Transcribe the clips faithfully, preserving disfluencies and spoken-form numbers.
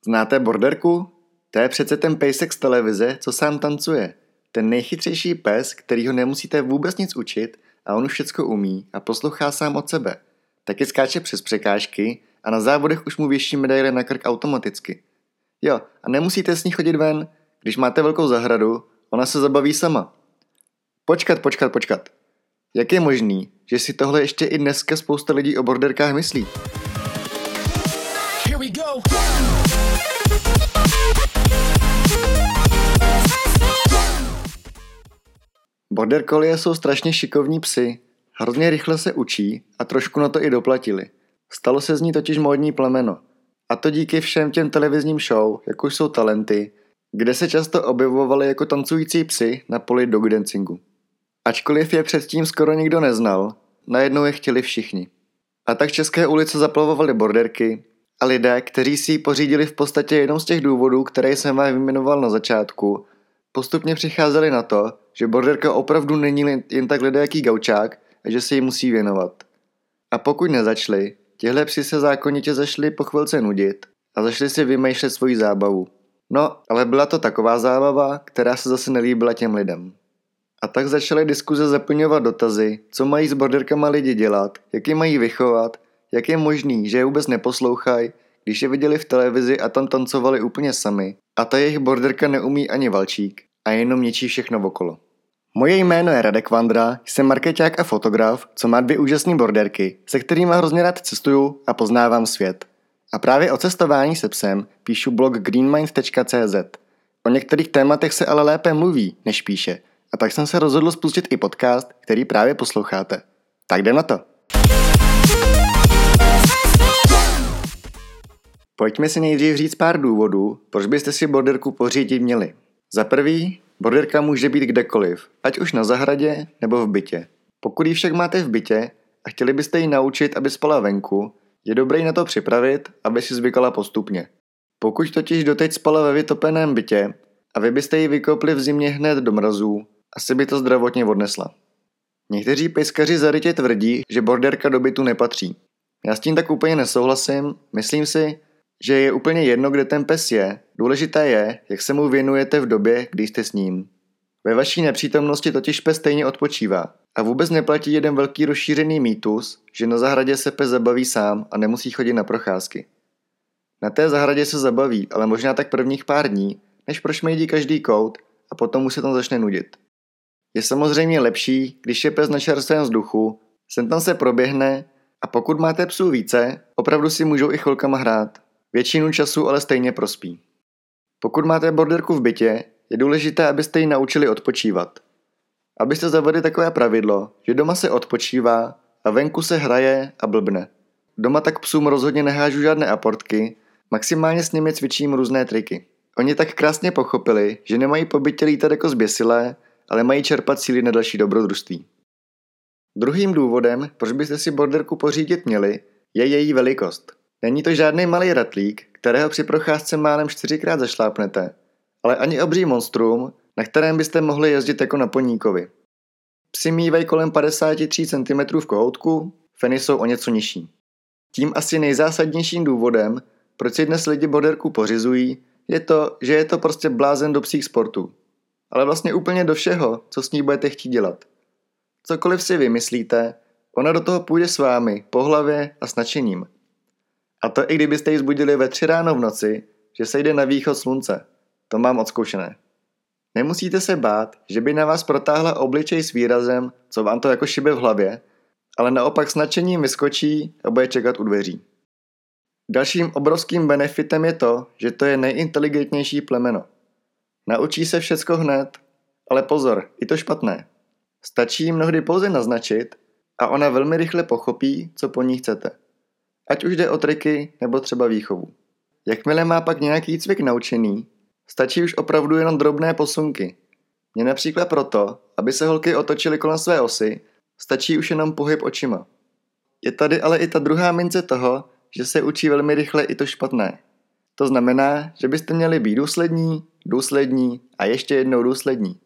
Znáte borderku? To je přece ten pejsek z televize, co sám tancuje. Ten nejchytřejší pes, který ho nemusíte vůbec nic učit a on už všecko umí a poslouchá sám od sebe. Taky skáče přes překážky a na závodech už mu věší medaile na krk automaticky. Jo, a nemusíte s ní chodit ven, když máte velkou zahradu, ona se zabaví sama. Počkat, počkat, počkat. Jak je možný, že si tohle ještě i dneska spousta lidí o borderkách myslí? Here we go. Border collie jsou strašně šikovní psy, hrozně rychle se učí a trošku na to i doplatili. Stalo se z ní totiž módní plemeno. A to díky všem těm televizním show, jako jsou Talenty, kde se často objevovali jako tancující psy na poli dog dancingu. Ačkoliv je předtím skoro nikdo neznal, najednou je chtěli všichni. A tak české ulice zaplavovaly borderky a lidé, kteří si ji pořídili v podstatě jenom z těch důvodů, které jsem vám vyjmenoval na začátku, postupně přicházeli na to, že borderka opravdu není jen tak ledajaký gaučák a že se jí musí věnovat. A pokud nezačli, těhle psi se zákonitě zašli po chvilce nudit a zašli si vymýšlet svoji zábavu. No, ale byla to taková zábava, která se zase nelíbila těm lidem. A tak začaly diskuze zaplňovat dotazy, co mají s borderkama lidi dělat, jak je mají vychovat, jak je možný, že je vůbec neposlouchají, když je viděli v televizi a tam tancovali úplně sami a ta jejich borderka neumí ani valčík a jenom ničí všechno okolo. Moje jméno je Radek Vandra, jsem markeťák a fotograf, co má dvě úžasné borderky, se kterými hrozně rád cestuju a poznávám svět. A právě o cestování se psem píšu blog greenmind tečka cé zet. O některých tématech se ale lépe mluví, než píše, a tak jsem se rozhodl spustit i podcast, který právě posloucháte. Tak jdem na to! Pojďme si nejdřív říct pár důvodů, proč byste si borderku pořídit měli. Za prvý, borderka může být kdekoliv, ať už na zahradě nebo v bytě. Pokud ji však máte v bytě a chtěli byste ji naučit, aby spala venku, je dobré ji na to připravit, aby si zvykala postupně. Pokud totiž doteď spala ve vytopeném bytě a vy byste ji vykopli v zimě hned do mrazů, asi by to zdravotně odnesla. Někteří pejskaři zarytě tvrdí, že borderka do bytu nepatří. Já s tím tak úplně nesouhlasím, myslím si, že je úplně jedno, kde ten pes je, důležité je, jak se mu věnujete v době, kdy jste s ním. Ve vaší nepřítomnosti totiž pes stejně odpočívá a vůbec neplatí jeden velký rozšířený mýtus, že na zahradě se pes zabaví sám a nemusí chodit na procházky. Na té zahradě se zabaví, ale možná tak prvních pár dní, než prošmejdí každý kout a potom mu se tam začne nudit. Je samozřejmě lepší, když je pes na čerstvém vzduchu, sem tam se proběhne a pokud máte psů více, opravdu si můžou i chvilkama hrát. Většinu času ale stejně prospí. Pokud máte borderku v bytě, je důležité, abyste ji naučili odpočívat. Abyste zavedli takové pravidlo, že doma se odpočívá a venku se hraje a blbne. Doma tak psům rozhodně nehážu žádné aportky, maximálně s nimi cvičím různé triky. Oni tak krásně pochopili, že nemají po bytě lítat jako zběsilé, ale mají čerpat síly na další dobrodružství. Druhým důvodem, proč byste si borderku pořídit měli, je její velikost. Není to žádný malý ratlík, kterého při procházce málem čtyřikrát zašlápnete, ale ani obří monstrum, na kterém byste mohli jezdit jako na poníkovi. Psi mívají kolem padesát tři centimetrů v kohoutku, feny jsou o něco nižší. Tím asi nejzásadnějším důvodem, proč si dnes lidi borderku pořizují, je to, že je to prostě blázen do psích sportů. Ale vlastně úplně do všeho, co s ní budete chtít dělat. Cokoliv si vymyslíte, ona do toho půjde s vámi, po hlavě a s nadšením. A to i kdybyste ji zbudili ve tři ráno v noci, že se jde na východ slunce. To mám odzkoušené. Nemusíte se bát, že by na vás protáhla obličej s výrazem, co vám to jako šibe v hlavě, ale naopak s nadšením vyskočí a bude čekat u dveří. Dalším obrovským benefitem je to, že to je nejinteligentnější plemeno. Naučí se všecko hned, ale pozor, i to špatné. Stačí jí mnohdy pouze naznačit a ona velmi rychle pochopí, co po ní chcete. Ať už jde o triky nebo třeba výchovu. Jakmile má pak nějaký cvik naučený, stačí už opravdu jenom drobné posunky. Mně například proto, aby se holky otočily kolem své osy, stačí už jenom pohyb očima. Je tady ale i ta druhá mince toho, že se učí velmi rychle i to špatné. To znamená, že byste měli být důslední, důslední a ještě jednou důslední.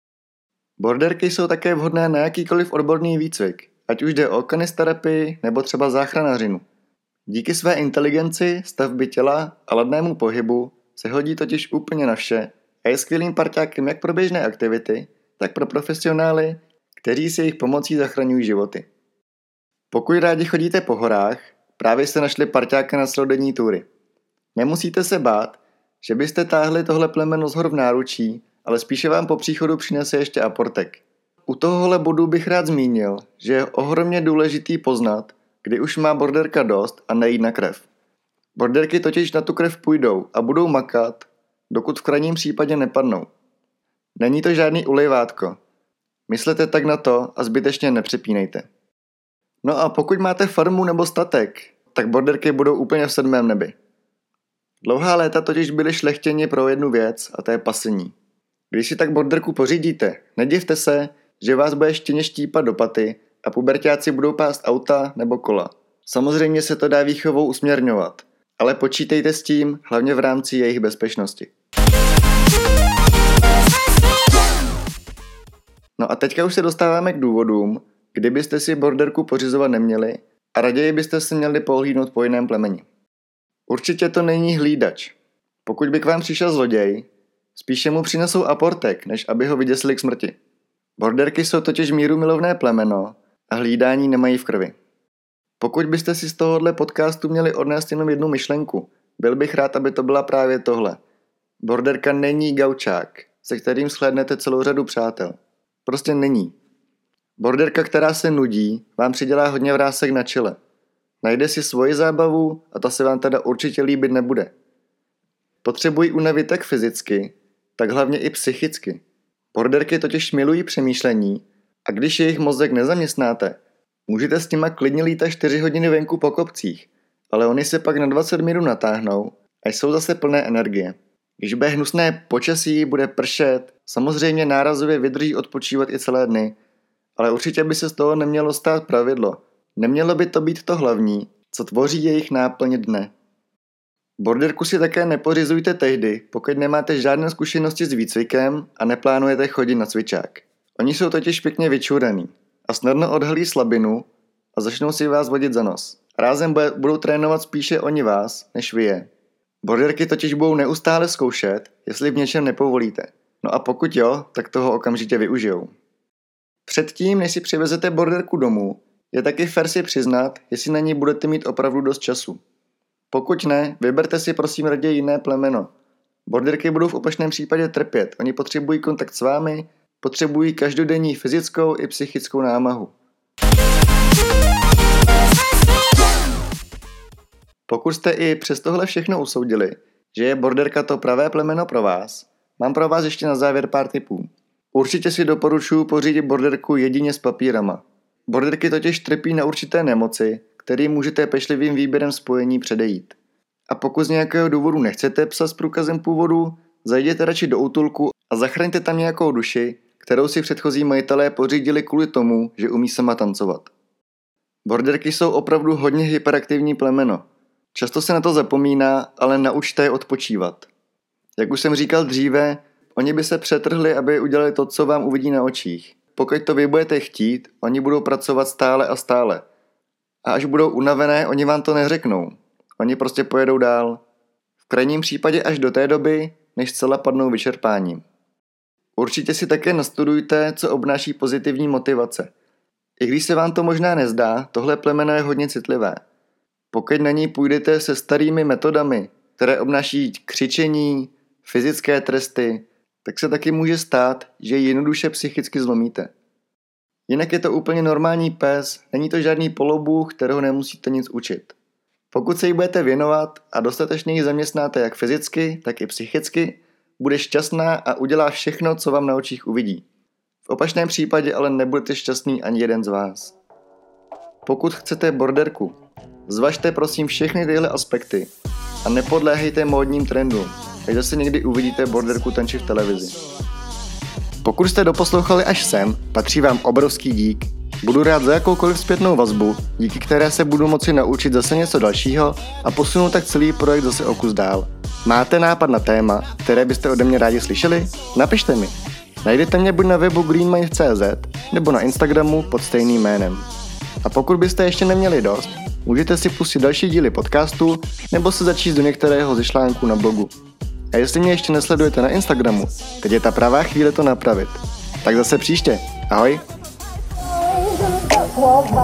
Borderky jsou také vhodné na jakýkoliv odborný výcvik, ať už jde o kanisterapii nebo třeba záchranařinu. Díky své inteligenci, stavbě těla a ladnému pohybu se hodí totiž úplně na vše a je skvělým parťákem jak pro běžné aktivity, tak pro profesionály, kteří si jejich pomocí zachraňují životy. Pokud rádi chodíte po horách, právě jste našli parťáka na celodenní tury. Nemusíte se bát, že byste táhli tohle plemeno z hor v náručí, ale spíše vám po příchodu přinese ještě aportek. U tohohle bodu bych rád zmínil, že je ohromně důležitý poznat, kdy už má borderka dost a nejít na krev. Borderky totiž na tu krev půjdou a budou makat, dokud v krajním případě nepadnou. Není to žádný ulejvátko. Myslete tak na to a zbytečně nepřepínejte. No a pokud máte farmu nebo statek, tak borderky budou úplně v sedmém nebi. Dlouhá léta totiž byly šlechtěni pro jednu věc a to je pasení. Když si tak borderku pořídíte, nedivte se, že vás bude štěně štípat do paty a puberťáci budou pást auta nebo kola. Samozřejmě se to dá výchovou usměrňovat, ale počítejte s tím hlavně v rámci jejich bezpečnosti. No a teďka už se dostáváme k důvodům, kdybyste si borderku pořizovat neměli a raději byste se měli pohlídnout po jiném plemeni. Určitě to není hlídač. Pokud by k vám přišel zloděj, spíše mu přinesou aportek, než aby ho vyděsili k smrti. Borderky jsou totiž mírumilovné plemeno a hlídání nemají v krvi. Pokud byste si z tohohle podcastu měli odnést jenom jednu myšlenku, byl bych rád, aby to byla právě tohle. Borderka není gaučák, se kterým shlédnete celou řadu přátel. Prostě není. Borderka, která se nudí, vám přidělá hodně vrásek na čele. Najde si svoji zábavu a ta se vám teda určitě líbit nebude. Potřebují unavit jak fyzicky, tak hlavně i psychicky. Borderky totiž milují přemýšlení a když jejich mozek nezaměstnáte, můžete s nima klidně lítat čtyři hodiny venku po kopcích, ale oni se pak na dvacet minut natáhnou a jsou zase plné energie. Když bude hnusné počasí, bude pršet, samozřejmě nárazově vydrží odpočívat i celé dny, ale určitě by se z toho nemělo stát pravidlo. Nemělo by to být to hlavní, co tvoří jejich náplň dne. Borderku si také nepořizujte tehdy, pokud nemáte žádné zkušenosti s výcvikem a neplánujete chodit na cvičák. Oni jsou totiž pěkně vyčuraný a snadno odhalí slabinu a začnou si vás vodit za nos. Rázem budou trénovat spíše oni vás, než vy je. Borderky totiž budou neustále zkoušet, jestli v něčem nepovolíte. No a pokud jo, tak toho okamžitě využijou. Předtím, než si přivezete borderku domů, je taky fér si přiznat, jestli na ní budete mít opravdu dost času. Pokud ne, vyberte si prosím raději jiné plemeno. Borderky budou v opačném případě trpět. Oni potřebují kontakt s vámi, potřebují každodenní fyzickou i psychickou námahu. Pokud jste i přes tohle všechno usoudili, že je borderka to pravé plemeno pro vás, mám pro vás ještě na závěr pár tipů. Určitě si doporučuji pořídit borderku jedině s papírama. Borderky totiž trpí na určité nemoci, který můžete pečlivým výběrem spojení předejít. A pokud z nějakého důvodu nechcete psa s průkazem původu, zajděte radši do útulku a zachraňte tam nějakou duši, kterou si předchozí majitelé pořídili kvůli tomu, že umí sama tancovat. Borderky jsou opravdu hodně hyperaktivní plemeno. Často se na to zapomíná, ale naučte je odpočívat. Jak už jsem říkal dříve, oni by se přetrhli, aby udělali to, co vám uvidí na očích. Pokud to vy budete chtít, oni budou pracovat stále a stále. A až budou unavené, oni vám to neřeknou. Oni prostě pojedou dál. V krajním případě až do té doby, než zcela padnou vyčerpáním. Určitě si také nastudujte, co obnáší pozitivní motivace. I když se vám to možná nezdá, tohle plemeno je hodně citlivé. Pokud na ní půjdete se starými metodami, které obnáší křičení, fyzické tresty, tak se taky může stát, že ji jednoduše psychicky zlomíte. Jinak je to úplně normální pes, není to žádný polobůh, kterého nemusíte nic učit. Pokud se jí budete věnovat a dostatečně ji zaměstnáte jak fyzicky, tak i psychicky, bude šťastná a udělá všechno, co vám na očích uvidí. V opačném případě ale nebudete šťastný ani jeden z vás. Pokud chcete borderku, zvažte prosím všechny tyhle aspekty a nepodléhejte módním trendům, takže se někdy uvidíte borderku tančit v televizi. Pokud jste doposlouchali až sem, patří vám obrovský dík. Budu rád za jakoukoliv zpětnou vazbu, díky které se budu moci naučit zase něco dalšího a posunout tak celý projekt zase o kus dál. Máte nápad na téma, které byste ode mě rádi slyšeli? Napište mi. Najdete mě buď na webu greenmind tečka cé zet nebo na Instagramu pod stejným jménem. A pokud byste ještě neměli dost, Můžete si pustit další díly podcastu nebo se začíst do některého ze článků na blogu. A jestli mě ještě nesledujete na Instagramu, teď je ta pravá chvíle to napravit. Tak zase příště. Ahoj!